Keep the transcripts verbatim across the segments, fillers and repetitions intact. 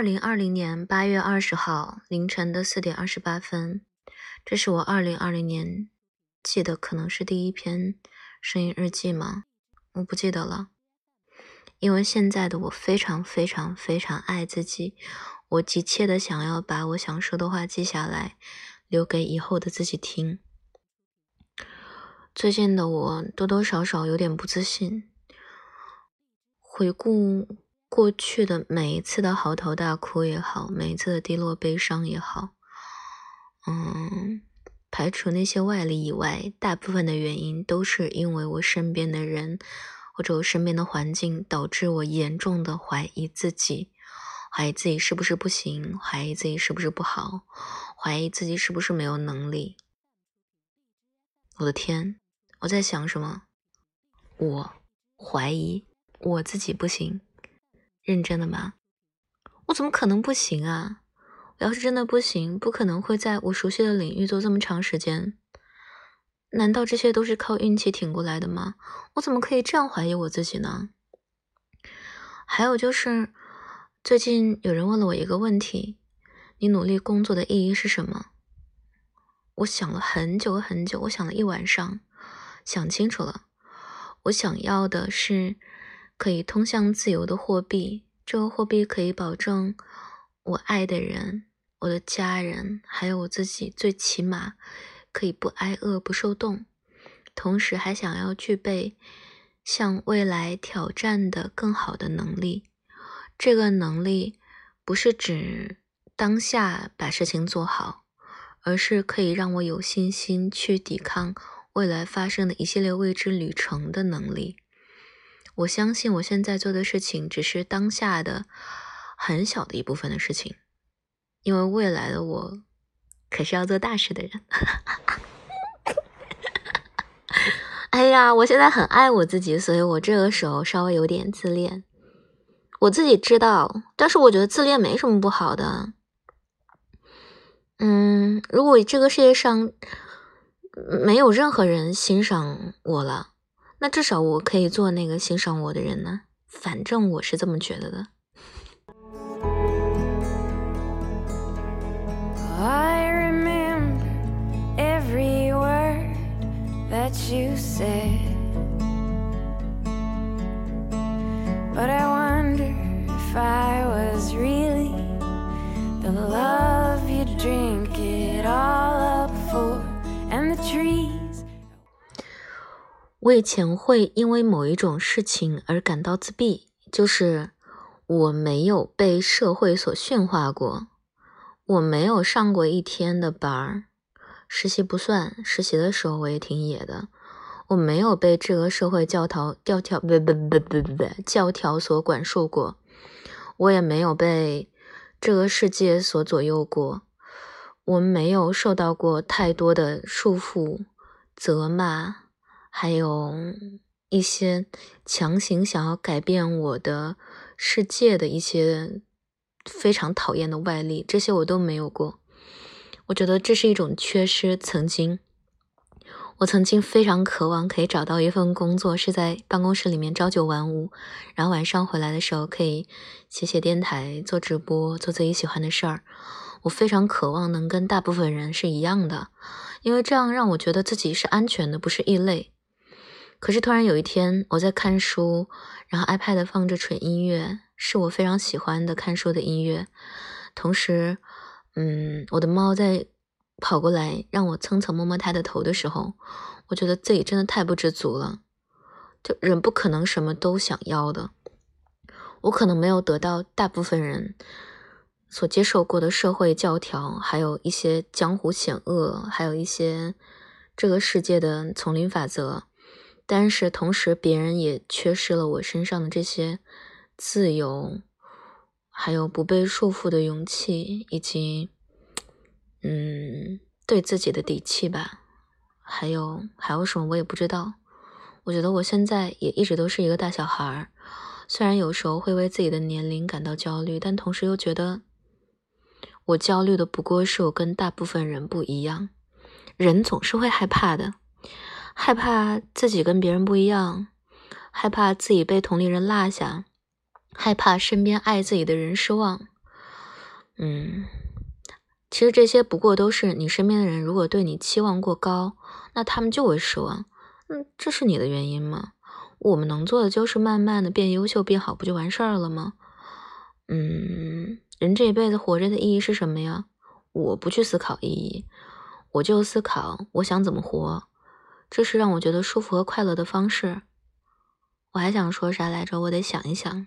二零二零年八月二十号凌晨的四点二十八分，这是我二零二零年记得可能是第一篇声音日记吗？我不记得了，因为现在的我非常非常非常爱自己，我急切的想要把我想说的话记下来，留给以后的自己听。最近的我多多少少有点不自信，回顾过去的每一次的嚎啕大哭也好，每一次的低落悲伤也好，嗯，排除那些外力以外，大部分的原因都是因为我身边的人或者我身边的环境导致我严重的怀疑自己，怀疑自己是不是不行，怀疑自己是不是不好，怀疑自己是不是没有能力。我的天，我在想什么？我怀疑我自己不行，认真的吗？我怎么可能不行啊？我要是真的不行，不可能会在我熟悉的领域做这么长时间。难道这些都是靠运气挺过来的吗？我怎么可以这样怀疑我自己呢？还有就是，最近有人问了我一个问题，你努力工作的意义是什么？我想了很久很久，我想了一晚上，想清楚了。我想要的是可以通向自由的货币，这个货币可以保证我爱的人，我的家人，还有我自己，最起码可以不挨饿不受冻，同时还想要具备向未来挑战的更好的能力。这个能力不是指当下把事情做好，而是可以让我有信心去抵抗未来发生的一系列未知旅程的能力。我相信我现在做的事情只是当下的很小的一部分的事情，因为未来的我可是要做大事的人。哎呀，我现在很爱我自己，所以我这个时候稍微有点自恋。我自己知道，但是我觉得自恋没什么不好的。嗯，如果这个世界上没有任何人欣赏我了，那至少我可以做那个欣赏我的人呢，反正我是这么觉得的。I remember every word that you said, but I wonder if I was really the love you drink it all up for, and the trees. 我以前会因为某一种事情而感到自闭，就是我没有被社会所驯化过，我没有上过一天的班，实习不算，实习的时候我也挺野的。我没有被这个社会教条教条不不不不不教条所管束过，我也没有被这个世界所左右过，我没有受到过太多的束缚、责骂，还有一些强行想要改变我的世界的一些非常讨厌的外力，这些我都没有过。我觉得这是一种缺失。曾经我曾经非常渴望可以找到一份工作，是在办公室里面朝九晚五，然后晚上回来的时候可以写写电台，做直播，做自己喜欢的事儿。我非常渴望能跟大部分人是一样的，因为这样让我觉得自己是安全的，不是异类。可是突然有一天我在看书，然后 iPad 放着纯音乐，是我非常喜欢的看书的音乐，同时嗯，我的猫在跑过来让我蹭蹭摸摸它的头的时候，我觉得自己真的太不知足了。就人不可能什么都想要的，我可能没有得到大部分人所接受过的社会教条，还有一些江湖险恶，还有一些这个世界的丛林法则，但是同时别人也缺失了我身上的这些自由，还有不被束缚的勇气，以及嗯对自己的底气吧。还有还有什么我也不知道。我觉得我现在也一直都是一个大小孩，虽然有时候会为自己的年龄感到焦虑，但同时又觉得我焦虑的不过是我跟大部分人不一样。人总是会害怕的，害怕自己跟别人不一样，害怕自己被同龄人落下，害怕身边爱自己的人失望。 嗯，其实这些不过都是你身边的人如果对你期望过高，那他们就会失望。嗯，这是你的原因吗？我们能做的就是慢慢的变优秀变好，不就完事儿了吗？嗯，人这一辈子活着的意义是什么呀？我不去思考意义，我就思考我想怎么活，这是让我觉得舒服和快乐的方式。我还想说啥来着？我得想一想。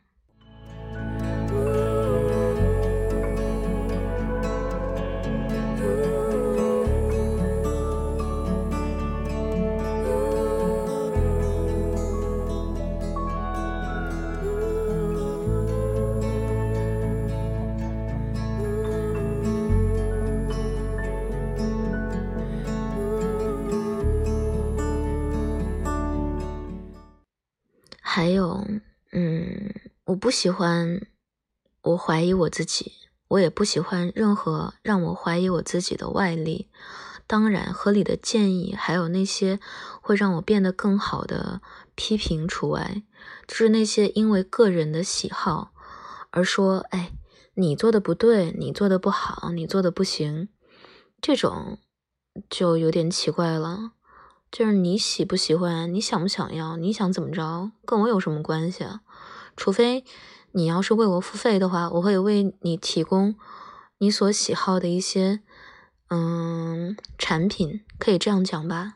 还有，嗯，我不喜欢我怀疑我自己，我也不喜欢任何让我怀疑我自己的外力。当然，合理的建议，还有那些会让我变得更好的批评除外，就是那些因为个人的喜好而说，哎，你做的不对，你做的不好，你做的不行，这种就有点奇怪了。就是你喜不喜欢，你想不想要，你想怎么着，跟我有什么关系啊？除非你要是为我付费的话，我会为你提供你所喜好的一些嗯产品，可以这样讲吧。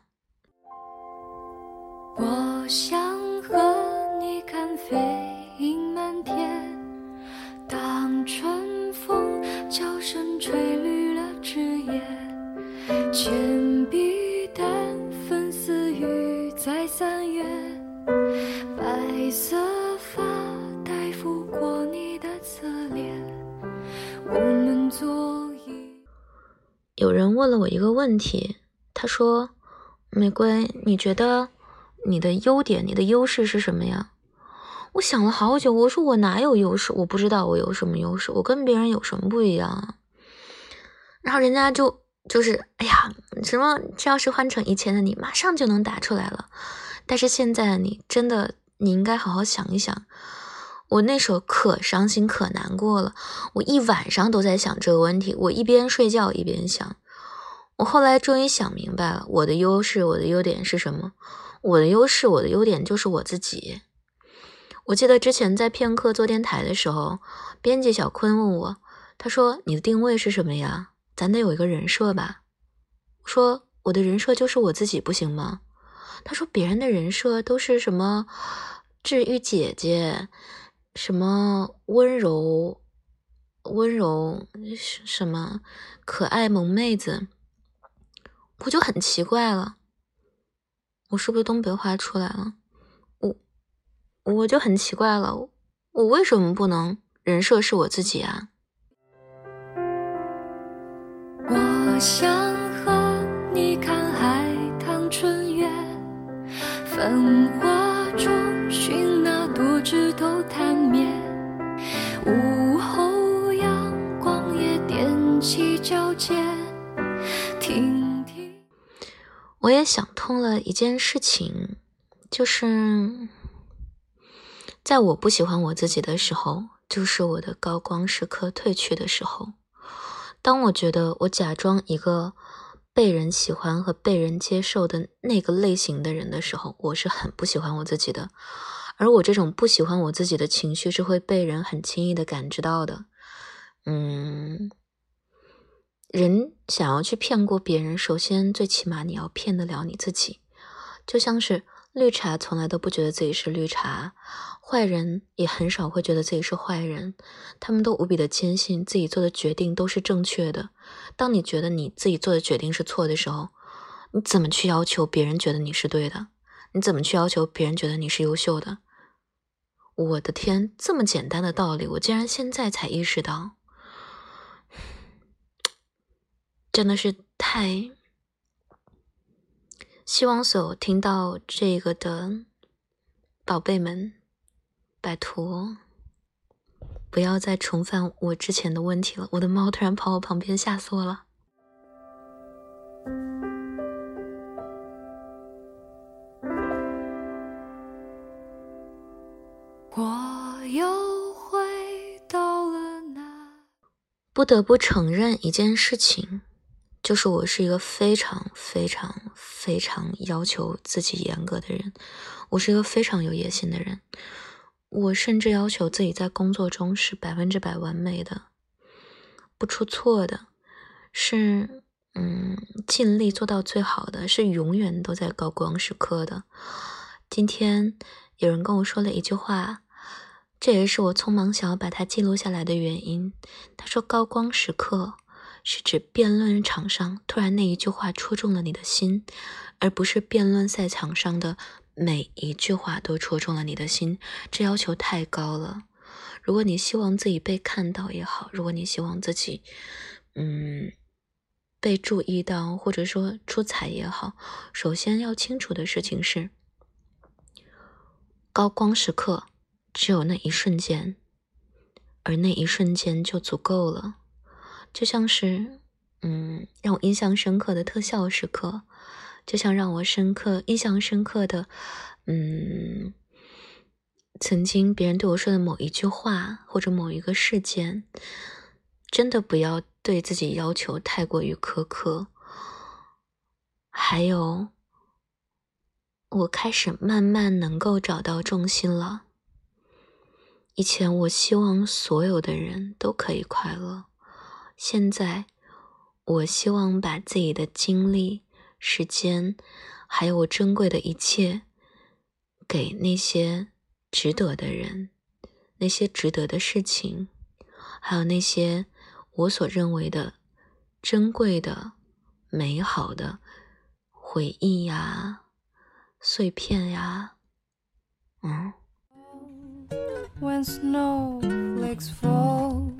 我想和你看飞鹰满天，当春风悄声吹绿了枝叶，铅笔淡粉似雨在三月，白色发带拂过你的侧脸，我们做一。 有人问了我一个问题，他说，玫瑰，你觉得你的优点，你的优势是什么呀？我想了好久，我说我哪有优势？我不知道我有什么优势，我跟别人有什么不一样啊？然后人家就就是哎呀，什么这要是换成以前的你，马上就能答出来了。但是现在你真的，你应该好好想一想。我那时候可伤心可难过了，我一晚上都在想这个问题，我一边睡觉一边想。我后来终于想明白了，我的优势，我的优点是什么？我的优势，我的优点就是我自己。我记得之前在片刻做电台的时候，编辑小坤问我，他说你的定位是什么呀？咱得有一个人设吧。我说我的人设就是我自己，不行吗？他说别人的人设都是什么治愈姐姐，什么温柔温柔什么可爱萌妹子，我就很奇怪了，我是不是东北话出来了？我我就很奇怪了，我为什么不能人设是我自己啊？ 我想和你看海棠春月，繁华中寻那多枝头探灭，午后阳光也踮起脚尖，听听。 我也想通了一件事情，就是在我不喜欢我自己的时候，就是我的高光时刻褪去的时候。当我觉得我假装一个被人喜欢和被人接受的那个类型的人的时候，我是很不喜欢我自己的。而我这种不喜欢我自己的情绪是会被人很轻易的感知到的。嗯，人想要去骗过别人，首先最起码你要骗得了你自己。就像是绿茶从来都不觉得自己是绿茶，坏人也很少会觉得自己是坏人，他们都无比的坚信自己做的决定都是正确的。当你觉得你自己做的决定是错的时候，你怎么去要求别人觉得你是对的？你怎么去要求别人觉得你是优秀的？我的天，这么简单的道理，我竟然现在才意识到，真的是太……希望所有听到这个的宝贝们，拜托不要再重犯我之前的问题了。我的猫突然跑我旁边，吓死我了。 我又回到了那不得不承认一件事情，就是我是一个非常非常非常要求自己严格的人，我是一个非常有野心的人，我甚至要求自己在工作中是百分之百完美的，不出错的，是嗯尽力做到最好的，是永远都在高光时刻的。今天有人跟我说了一句话，这也是我匆忙想要把它记录下来的原因。他说高光时刻是指辩论场上突然那一句话戳中了你的心，而不是辩论赛场上的每一句话都戳中了你的心，这要求太高了。如果你希望自己被看到也好，如果你希望自己嗯被注意到，或者说出彩也好，首先要清楚的事情是，高光时刻只有那一瞬间，而那一瞬间就足够了。就像是嗯，让我印象深刻的特效时刻，就像让我深刻印象深刻的嗯，曾经别人对我说的某一句话或者某一个事件，真的不要对自己要求太过于苛刻。还有，我开始慢慢能够找到重心了。以前我希望所有的人都可以快乐，现在我希望把自己的精力、时间，还有我珍贵的一切，给那些值得的人，那些值得的事情，还有那些我所认为的珍贵的、美好的回忆呀、碎片呀，嗯。 When snowflakes fall,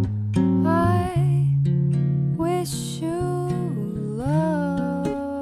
I wish you love.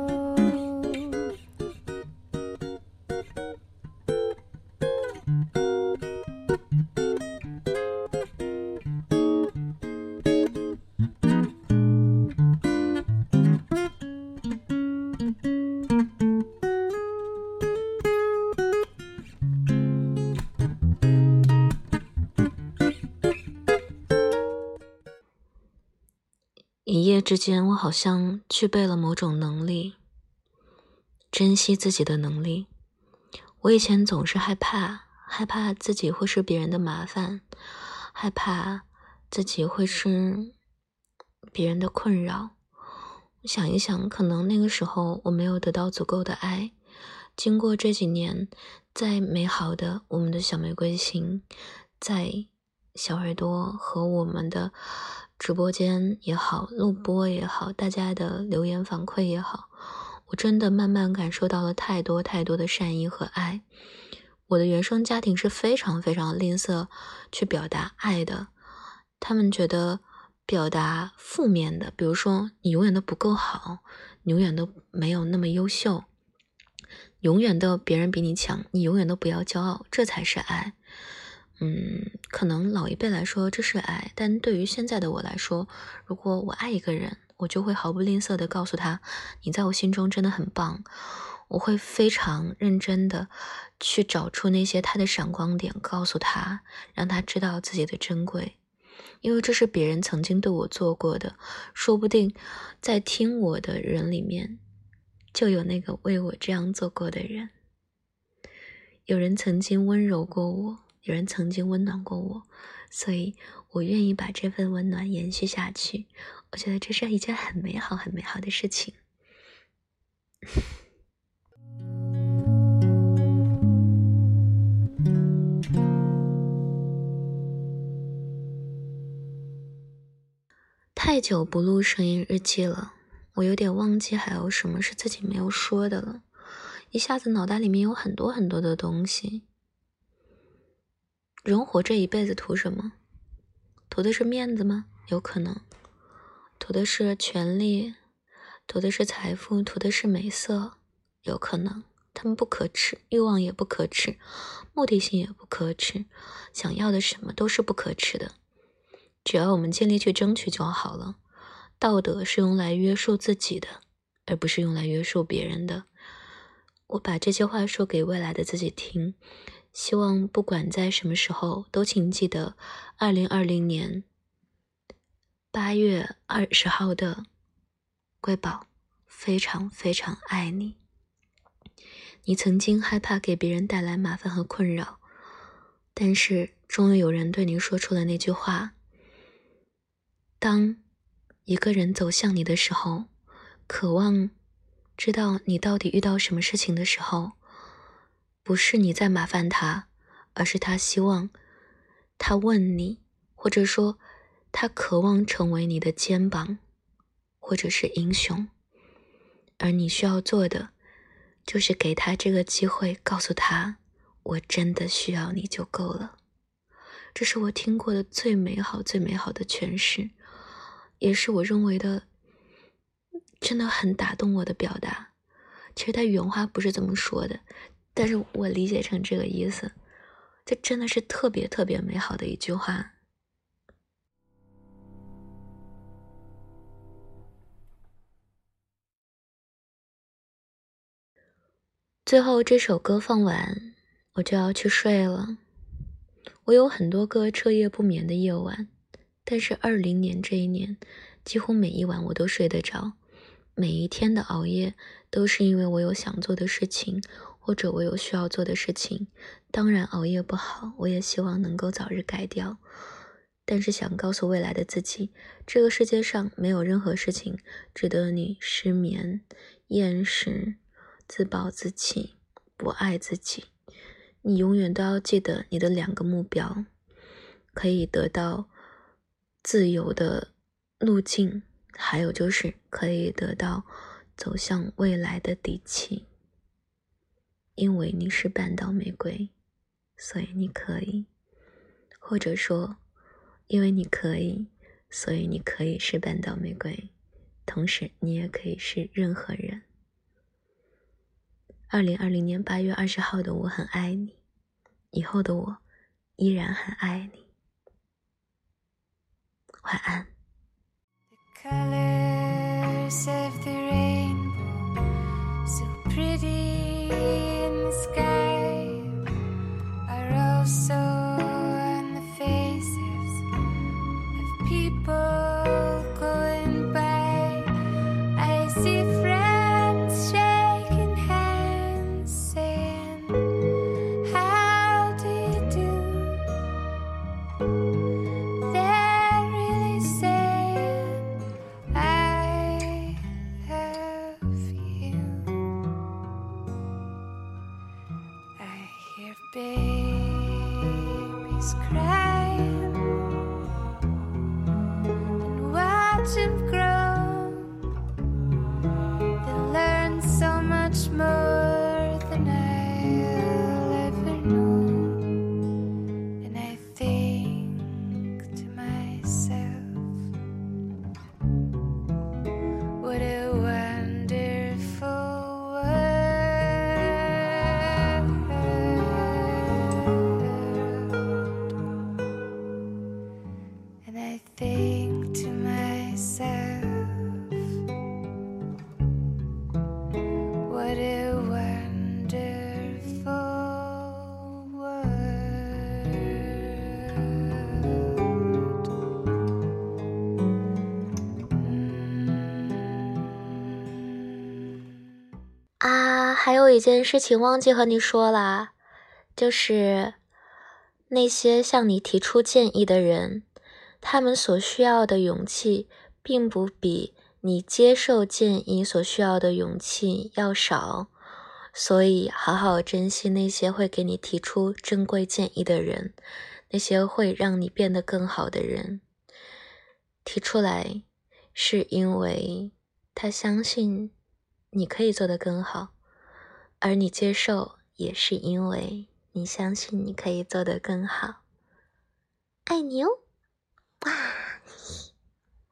一夜之间，我好像具备了某种能力，珍惜自己的能力。我以前总是害怕，害怕自己会是别人的麻烦，害怕自己会是别人的困扰。想一想，可能那个时候我没有得到足够的爱。经过这几年，在美好的我们的小玫瑰心，在小耳朵和我们的直播间也好，录播也好，大家的留言反馈也好，我真的慢慢感受到了太多太多的善意和爱。我的原生家庭是非常非常吝啬去表达爱的，他们觉得表达负面的，比如说你永远都不够好，你永远都没有那么优秀，永远都别人比你强，你永远都不要骄傲，这才是爱。嗯，可能老一辈来说这是爱，但对于现在的我来说，如果我爱一个人，我就会毫不吝啬地告诉他，你在我心中真的很棒。我会非常认真的去找出那些他的闪光点，告诉他，让他知道自己的珍贵。因为这是别人曾经对我做过的，说不定在听我的人里面，就有那个为我这样做过的人。有人曾经温柔过我，有人曾经温暖过我，所以我愿意把这份温暖延续下去。我觉得这是一件很美好很美好的事情。太久不录声音日记了，我有点忘记还有什么是自己没有说的了，一下子脑袋里面有很多很多的东西。人活这一辈子图什么？图的是面子吗？有可能。图的是权利，图的是财富，图的是美色，有可能。他们不可耻，欲望也不可耻，目的性也不可耻，想要的什么都是不可耻的。只要我们尽力去争取就好了。道德是用来约束自己的，而不是用来约束别人的。我把这些话说给未来的自己听，希望不管在什么时候，都请记得二零二零年八月二十号的瑰宝，非常非常爱你。你曾经害怕给别人带来麻烦和困扰，但是终于有人对你说出了那句话：当一个人走向你的时候，渴望知道你到底遇到什么事情的时候，不是你在麻烦他，而是他希望他问你，或者说他渴望成为你的肩膀，或者是英雄。而你需要做的就是给他这个机会，告诉他我真的需要你就够了。这是我听过的最美好最美好的诠释，也是我认为的真的很打动我的表达。其实他原话不是这么说的，但是我理解成这个意思。这真的是特别特别美好的一句话。最后这首歌放完，我就要去睡了。我有很多个彻夜不眠的夜晚，但是二零年这一年，几乎每一晚我都睡得着。每一天的熬夜都是因为我有想做的事情，或者我有需要做的事情。当然熬夜不好，我也希望能够早日改掉。但是想告诉未来的自己，这个世界上没有任何事情值得你失眠、厌食、自暴自弃、不爱自己。你永远都要记得你的两个目标，可以得到自由的路径，还有就是可以得到走向未来的底气。因为你是半岛玫瑰，所以你可以，或者说因为你可以，所以你可以是半岛玫瑰，同时你也可以是任何人。二零二零年八月二十号的我很爱你，以后的我依然很爱你。晚安。 The colors of the rainbow, so pretty in the sky, are also on the faces of people going by. I see friends shaking hands, saying, how do you do? They're really saying, I love you. I hear babies crying and watch them grow. They learn so much more than I'll ever know. And I think to myself, what a wonderful world. And I think to myself, what a wonderful world. 啊，还有一件事情忘记和你说啦，就是那些向你提出建议的人，他们所需要的勇气并不比你接受建议所需要的勇气要少，所以好好珍惜那些会给你提出珍贵建议的人，那些会让你变得更好的人。提出来是因为他相信你可以做得更好，而你接受也是因为你相信你可以做得更好。爱你哦，哇！